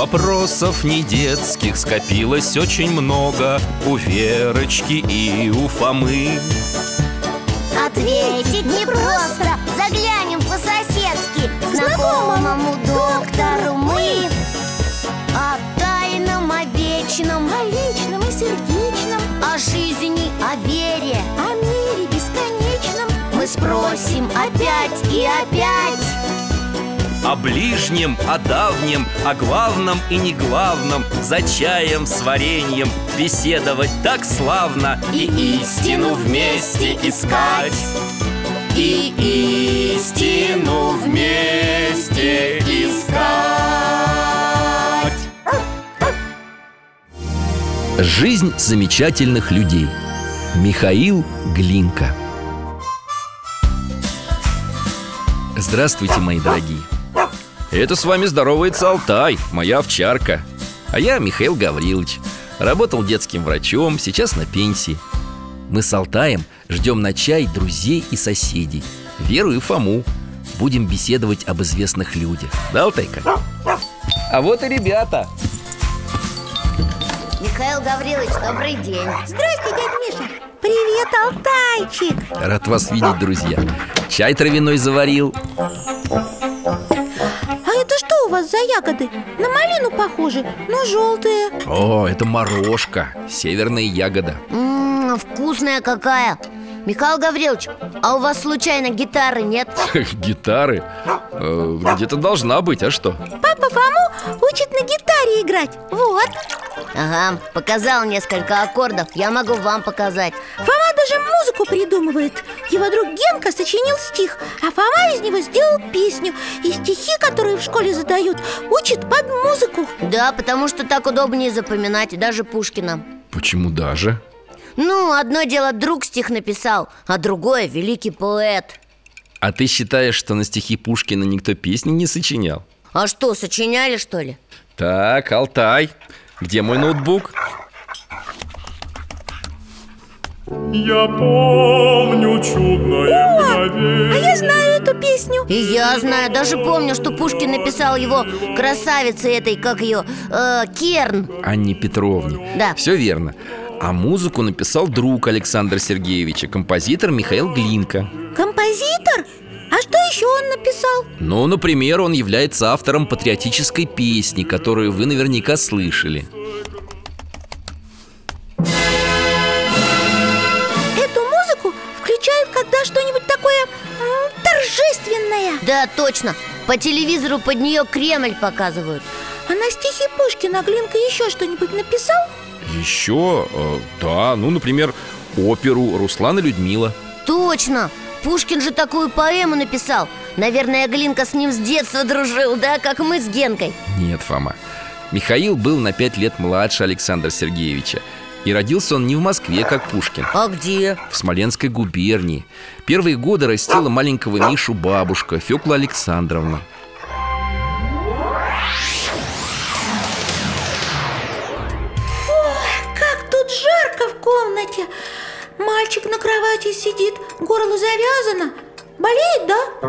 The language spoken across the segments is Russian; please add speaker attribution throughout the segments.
Speaker 1: Вопросов не детских скопилось очень много у Верочки и у Фомы.
Speaker 2: Ответить непросто, заглянем по-соседски знакомому доктору мы. О тайном, о вечном,
Speaker 3: о личном и сердечном,
Speaker 2: о жизни, о вере,
Speaker 3: о мире бесконечном
Speaker 2: мы спросим опять и опять.
Speaker 1: О ближнем, о давнем, о главном и неглавном, за чаем с вареньем беседовать так славно. И истину вместе искать, и истину вместе искать. Жизнь замечательных людей. Михаил Глинка. Здравствуйте, мои дорогие. Это с вами здоровается Алтай, моя овчарка. А я Михаил Гаврилович. Работал детским врачом, сейчас на пенсии. Мы с Алтаем ждем на чай друзей и соседей, Веру и Фому. Будем беседовать об известных людях. Да, Алтайка? А вот и ребята.
Speaker 2: Михаил Гаврилович, добрый день.
Speaker 3: Здрасте, дядя Миша. Привет, Алтайчик.
Speaker 1: Рад вас видеть, друзья. Чай травяной заварил.
Speaker 3: А это что у вас за ягоды? На малину похожи, но желтые.
Speaker 1: О, это морожка, северная ягода.
Speaker 2: Вкусная какая. Михаил Гаврилович, а у вас случайно гитары нет?
Speaker 1: Гитары? Где-то должна быть, а что?
Speaker 3: Папа Фому учит на гитаре играть. Вот.
Speaker 2: Ага, показал несколько аккордов, я могу вам показать.
Speaker 3: Фома даже музыку придумывает. Его друг Генка сочинил стих, а Фома из него сделал песню. И стихи, которые в школе задают, учат под музыку.
Speaker 2: Да, потому что так удобнее запоминать, даже Пушкина.
Speaker 1: Почему даже?
Speaker 2: Ну, одно дело друг стих написал, а другое великий поэт.
Speaker 1: А ты считаешь, что на стихи Пушкина никто песни не сочинял?
Speaker 2: А что, сочиняли, что ли?
Speaker 1: Так, Алтай, где мой ноутбук?
Speaker 4: Я помню чудное мгновение.
Speaker 3: А я знаю эту песню.
Speaker 2: И я знаю, даже помню, что Пушкин написал его красавице этой, как ее, Керн.
Speaker 1: Анне Петровне.
Speaker 2: Да.
Speaker 1: Все верно. А музыку написал друг Александра Сергеевича, композитор Михаил Глинка.
Speaker 3: Композитор? А что еще он написал?
Speaker 1: Ну, например, он является автором патриотической песни, которую вы наверняка слышали.
Speaker 3: Эту музыку включают, когда что-нибудь такое торжественное.
Speaker 2: Да, точно, по телевизору под нее Кремль показывают.
Speaker 3: А на стихи Пушкина Глинка еще что-нибудь написал?
Speaker 1: Еще, да, ну, например, оперу «Руслан и Людмила».
Speaker 2: Точно, Пушкин же такую поэму написал. Наверное, Глинка с ним с детства дружил, да, как мы с Генкой.
Speaker 1: Нет, Фома, Михаил был на 5 лет младше Александра Сергеевича. И родился он не в Москве, как Пушкин.
Speaker 2: А где?
Speaker 1: В Смоленской губернии. Первые годы растила маленького Мишу бабушка Фёкла Александровна.
Speaker 3: Жарко в комнате. Мальчик на кровати сидит, горло завязано. Болеет,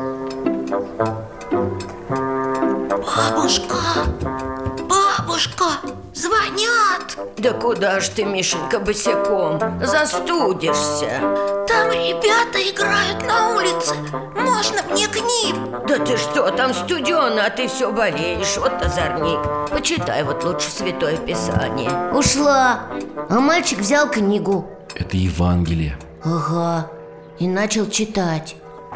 Speaker 3: да? Бабушка, звонят.
Speaker 5: Да куда ж ты, Мишенька, босиком? Застудишься.
Speaker 3: Там ребята играют на улице. Можно мне к ним?
Speaker 5: Да ты что, там студено, а ты все болеешь. Вот озорник. Почитай вот лучше Святое Писание.
Speaker 2: Ушла. А мальчик взял книгу.
Speaker 1: Это Евангелие.
Speaker 2: Ага, и начал читать.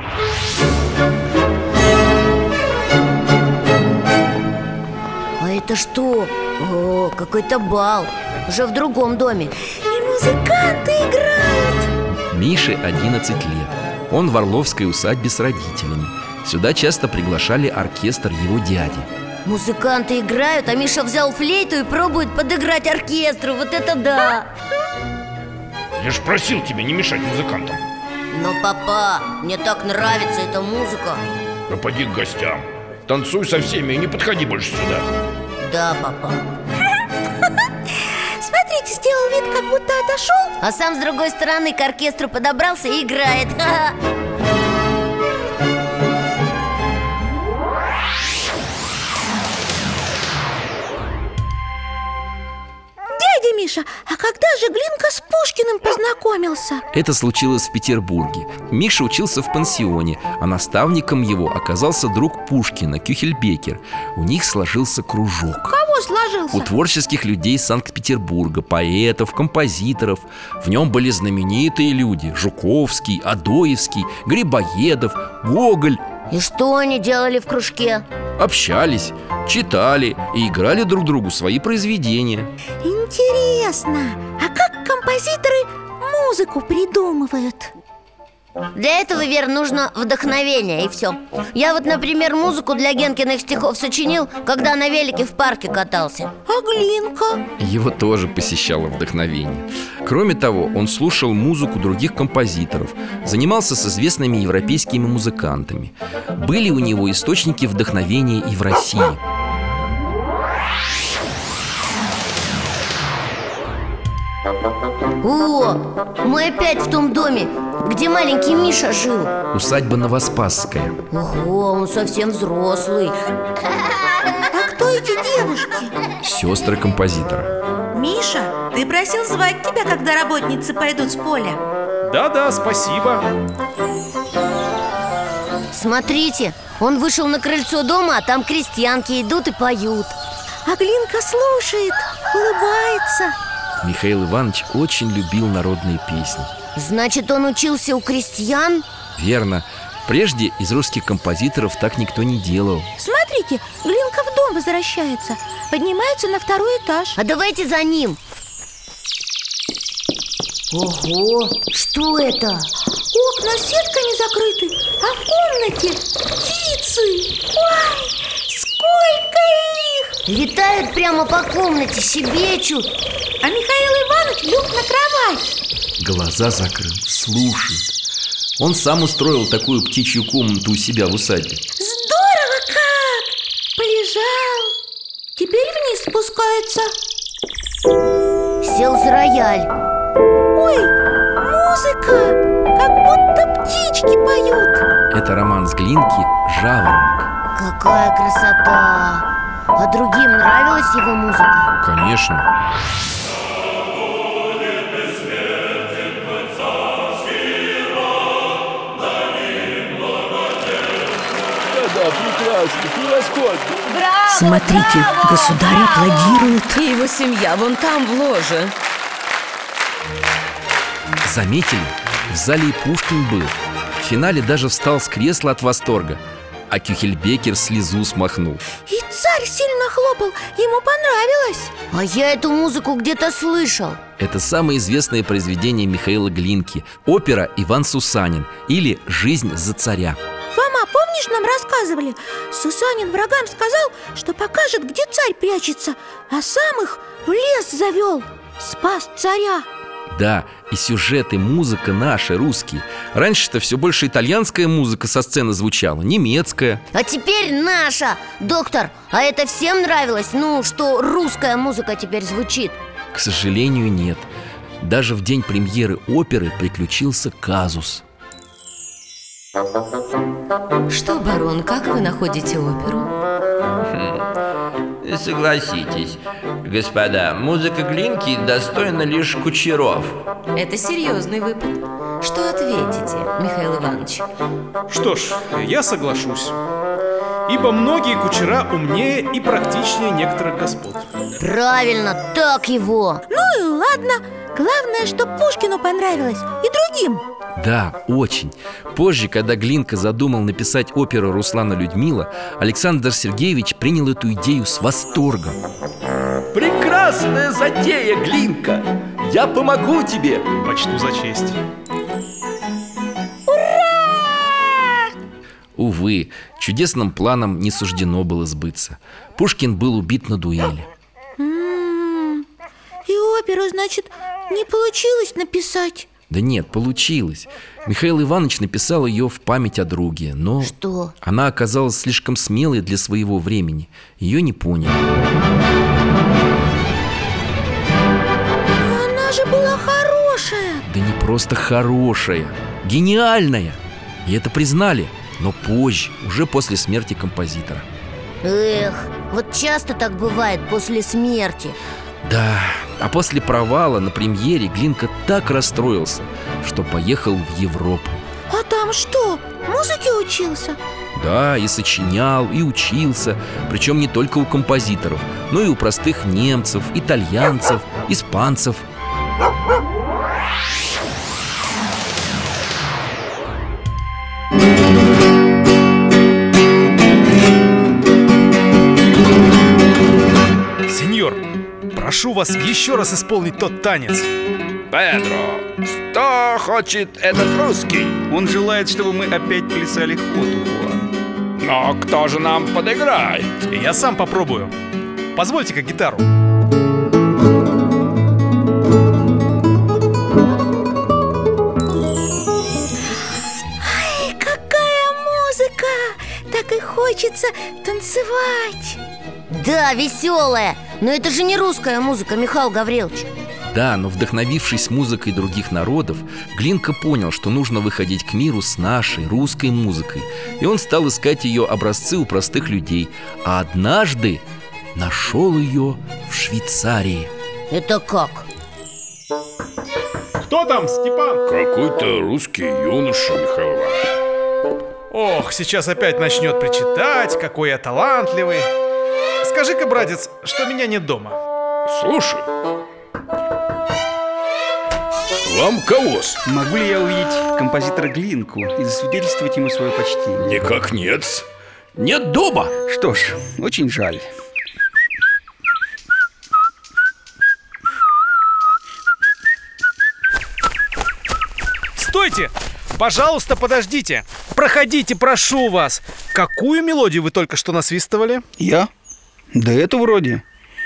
Speaker 2: А это что? О, какой-то бал. Уже в другом доме.
Speaker 3: И музыканты играют.
Speaker 1: Мише 11 лет. Он в Орловской усадьбе с родителями. Сюда часто приглашали оркестр его дяди.
Speaker 2: Музыканты играют, а Миша взял флейту и пробует подыграть оркестру. Вот это да!
Speaker 4: Я ж просил тебя не мешать музыкантам.
Speaker 2: Но, папа, мне так нравится эта музыка.
Speaker 4: Да поди к гостям. Танцуй со всеми и не подходи больше сюда.
Speaker 2: Да, папа.
Speaker 3: Смотрите, сделал вид, как будто отошел.
Speaker 2: А сам с другой стороны к оркестру подобрался и играет.
Speaker 3: познакомился?
Speaker 1: Это случилось в Петербурге. Миша учился в пансионе, а наставником его оказался друг Пушкина, Кюхельбекер. У них сложился кружок.
Speaker 3: Кого сложился?
Speaker 1: У творческих людей Санкт-Петербурга, поэтов, композиторов. В нем были знаменитые люди: Жуковский, Адоевский, Грибоедов, Гоголь.
Speaker 2: И что они делали в кружке?
Speaker 1: Общались, читали и играли друг другу свои произведения.
Speaker 3: Интересно, а как композиторы музыку придумывают?
Speaker 2: Для этого, Вер, нужно вдохновение, и все. Я вот, например, музыку для Генкиных стихов сочинил, когда на велике в парке катался.
Speaker 3: А Глинка?
Speaker 1: Его тоже посещало вдохновение. Кроме того, он слушал музыку других композиторов, занимался с известными европейскими музыкантами. Были у него источники вдохновения и в России.
Speaker 2: О, мы опять в том доме, где маленький Миша жил.
Speaker 1: Усадьба Новоспасская.
Speaker 2: Ого, он совсем взрослый.
Speaker 3: А кто эти девушки?
Speaker 1: Сестры композитора.
Speaker 3: Миша, ты просил звать тебя, когда работницы пойдут с поля.
Speaker 6: Да-да, спасибо.
Speaker 2: Смотрите, он вышел на крыльцо дома, а там крестьянки идут и поют.
Speaker 3: А Глинка слушает, улыбается.
Speaker 1: Михаил Иванович очень любил народные песни.
Speaker 2: Значит, он учился у крестьян?
Speaker 1: Верно. Прежде из русских композиторов так никто не делал.
Speaker 3: Смотрите, Глинка в дом возвращается. Поднимается на второй этаж.
Speaker 2: А давайте за ним. Ого, что это?
Speaker 3: Окна сетками закрыты, а в комнате птицы. Ой, сколько их!
Speaker 2: Летают прямо по комнате, щебечут.
Speaker 3: А Михаил Иванович лег на кровать.
Speaker 1: Глаза закрыл, слушает. Он сам устроил такую птичью комнату у себя в усадьбе.
Speaker 3: Здорово как! Полежал. Теперь вниз спускается.
Speaker 2: Сел за рояль.
Speaker 3: Ой, музыка! Как будто птички поют.
Speaker 1: Это роман с Глинки «Жаворонок».
Speaker 2: Какая красота! А другим нравилась его музыка?
Speaker 1: Конечно.
Speaker 7: Смотрите, государь аплодирует.
Speaker 8: И его семья вон там, в ложе.
Speaker 1: Заметили? В зале и Пушкин был. В финале даже встал с кресла от восторга. А Кюхельбекер слезу смахнул.
Speaker 3: И царь сильно хлопал, ему понравилось.
Speaker 2: А я эту музыку где-то слышал.
Speaker 1: Это самое известное произведение Михаила Глинки. Опера «Иван Сусанин» или «Жизнь за царя».
Speaker 3: Фома, помнишь, нам рассказывали? Сусанин врагам сказал, что покажет, где царь прячется, а сам их в лес завел. Спас царя.
Speaker 1: Да, и сюжет, и музыка наши, русские. Раньше-то все больше итальянская музыка со сцены звучала, немецкая.
Speaker 2: А теперь наша. Доктор, а это всем нравилось? Ну, что русская музыка теперь звучит?
Speaker 1: К сожалению, нет. Даже в день премьеры оперы приключился казус.
Speaker 8: Что, барон, как вы находите оперу?
Speaker 9: Согласитесь, господа, музыка Глинки достойна лишь кучеров.
Speaker 8: Это серьезный выпад. Что ответите, Михаил Иванович?
Speaker 6: Что ж, я соглашусь. Ибо многие кучера умнее и практичнее некоторых господ.
Speaker 2: Правильно, так его.
Speaker 3: Ну и ладно. Главное, что Пушкину понравилось и другим.
Speaker 1: Да, очень. Позже, когда Глинка задумал написать оперу «Руслан и Людмила», Александр Сергеевич принял эту идею с восторгом.
Speaker 10: Прекрасная затея, Глинка! Я помогу тебе!
Speaker 6: Почту за честь.
Speaker 1: Увы, чудесным планам не суждено было сбыться. Пушкин был убит на дуэли.
Speaker 3: И оперу, значит, не получилось написать?
Speaker 1: Да нет, получилось. Михаил Иванович написал ее в память о друге, но
Speaker 2: Что?
Speaker 1: Она оказалась слишком смелой для своего времени. Ее не поняли.
Speaker 3: Она же была хорошая.
Speaker 1: Да не просто хорошая, гениальная. И это признали, но позже, уже после смерти композитора.
Speaker 2: Эх, вот часто так бывает после смерти.
Speaker 1: Да, А после провала на премьере Глинка так расстроился, что поехал в Европу.
Speaker 3: А там что, музыке учился?
Speaker 1: Да, и сочинял, и учился. Причем не только у композиторов, но и у простых немцев, итальянцев, испанцев.
Speaker 6: Сеньор, прошу вас еще раз исполнить тот танец.
Speaker 4: Педро, что хочет этот русский?
Speaker 11: Он желает, чтобы мы опять плясали ходу.
Speaker 4: Но кто же нам подыграет?
Speaker 6: Я сам попробую. Позвольте-ка гитару.
Speaker 3: Ай, какая музыка! Так и хочется танцевать.
Speaker 2: Да, веселая. Но это же не русская музыка, Михаил Гаврилович.
Speaker 1: Да, но вдохновившись музыкой других народов, Глинка понял, что нужно выходить к миру с нашей русской музыкой. И он стал искать ее образцы у простых людей. А однажды нашел ее в Швейцарии.
Speaker 2: Это как?
Speaker 6: Кто там, Степан?
Speaker 4: Какой-то русский юноша, Михаил Иванович.
Speaker 6: Ох, сейчас опять начнет причитать, какой я талантливый. Скажи-ка, братец, что меня нет дома.
Speaker 4: Слушай, вам кого-с?
Speaker 11: Могу ли я увидеть композитора Глинку и засвидетельствовать ему свое почтение?
Speaker 4: Никак нет. Нет дома.
Speaker 11: Что ж, очень жаль.
Speaker 6: Стойте! Пожалуйста, подождите. Проходите, прошу вас. Какую мелодию вы только что насвистывали?
Speaker 11: Я? Да это вроде.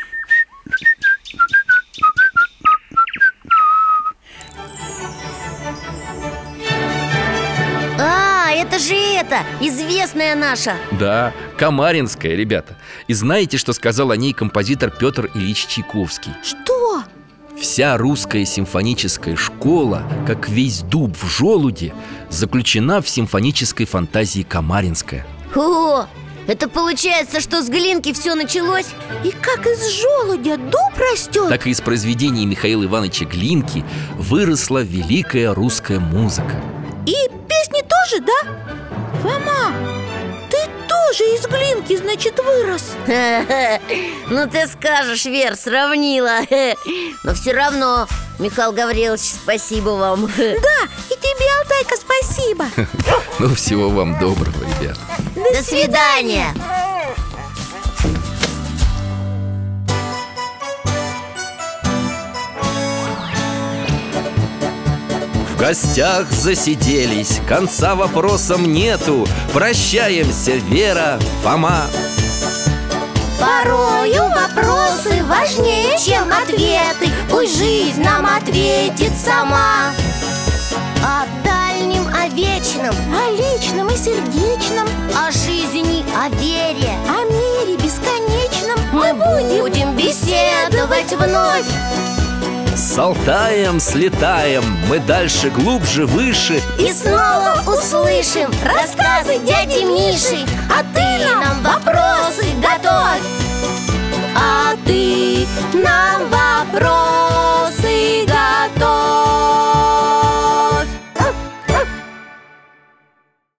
Speaker 2: Это же известная наша.
Speaker 1: Да, камаринская, ребята. И знаете, что сказал о ней композитор Петр Ильич Чайковский?
Speaker 3: Что?
Speaker 1: Вся русская симфоническая школа, как весь дуб в желуде, заключена в симфонической фантазии камаринская.
Speaker 2: О, это получается, что с Глинки все началось?
Speaker 3: И как из желудя дуб растет,
Speaker 1: так и из произведений Михаила Ивановича Глинки выросла великая русская музыка.
Speaker 3: И песни тоже, да? Фома, ты тоже из Глинки, значит, вырос.
Speaker 2: Ну ты скажешь, Вер, сравнила. Но все равно, Михаил Гаврилович, спасибо вам.
Speaker 3: Да, и тебе, Алтайка, спасибо.
Speaker 1: Ну, всего вам доброго, ребят.
Speaker 2: До свидания.
Speaker 1: В гостях засиделись, конца вопросам нету. Прощаемся, Вера, Фома.
Speaker 3: Порою вопросы важнее, чем ответы. Пусть жизнь нам ответит сама.
Speaker 2: О дальнем, о вечном,
Speaker 3: о личном и сердечном,
Speaker 2: о жизни, о вере,
Speaker 3: о мире бесконечном
Speaker 2: мы будем беседовать вновь.
Speaker 1: С Алтаем слетаем, мы дальше, глубже, выше.
Speaker 2: И снова услышим рассказы дяди Миши. А ты нам вопросы готовь. А ты нам вопросы готовь.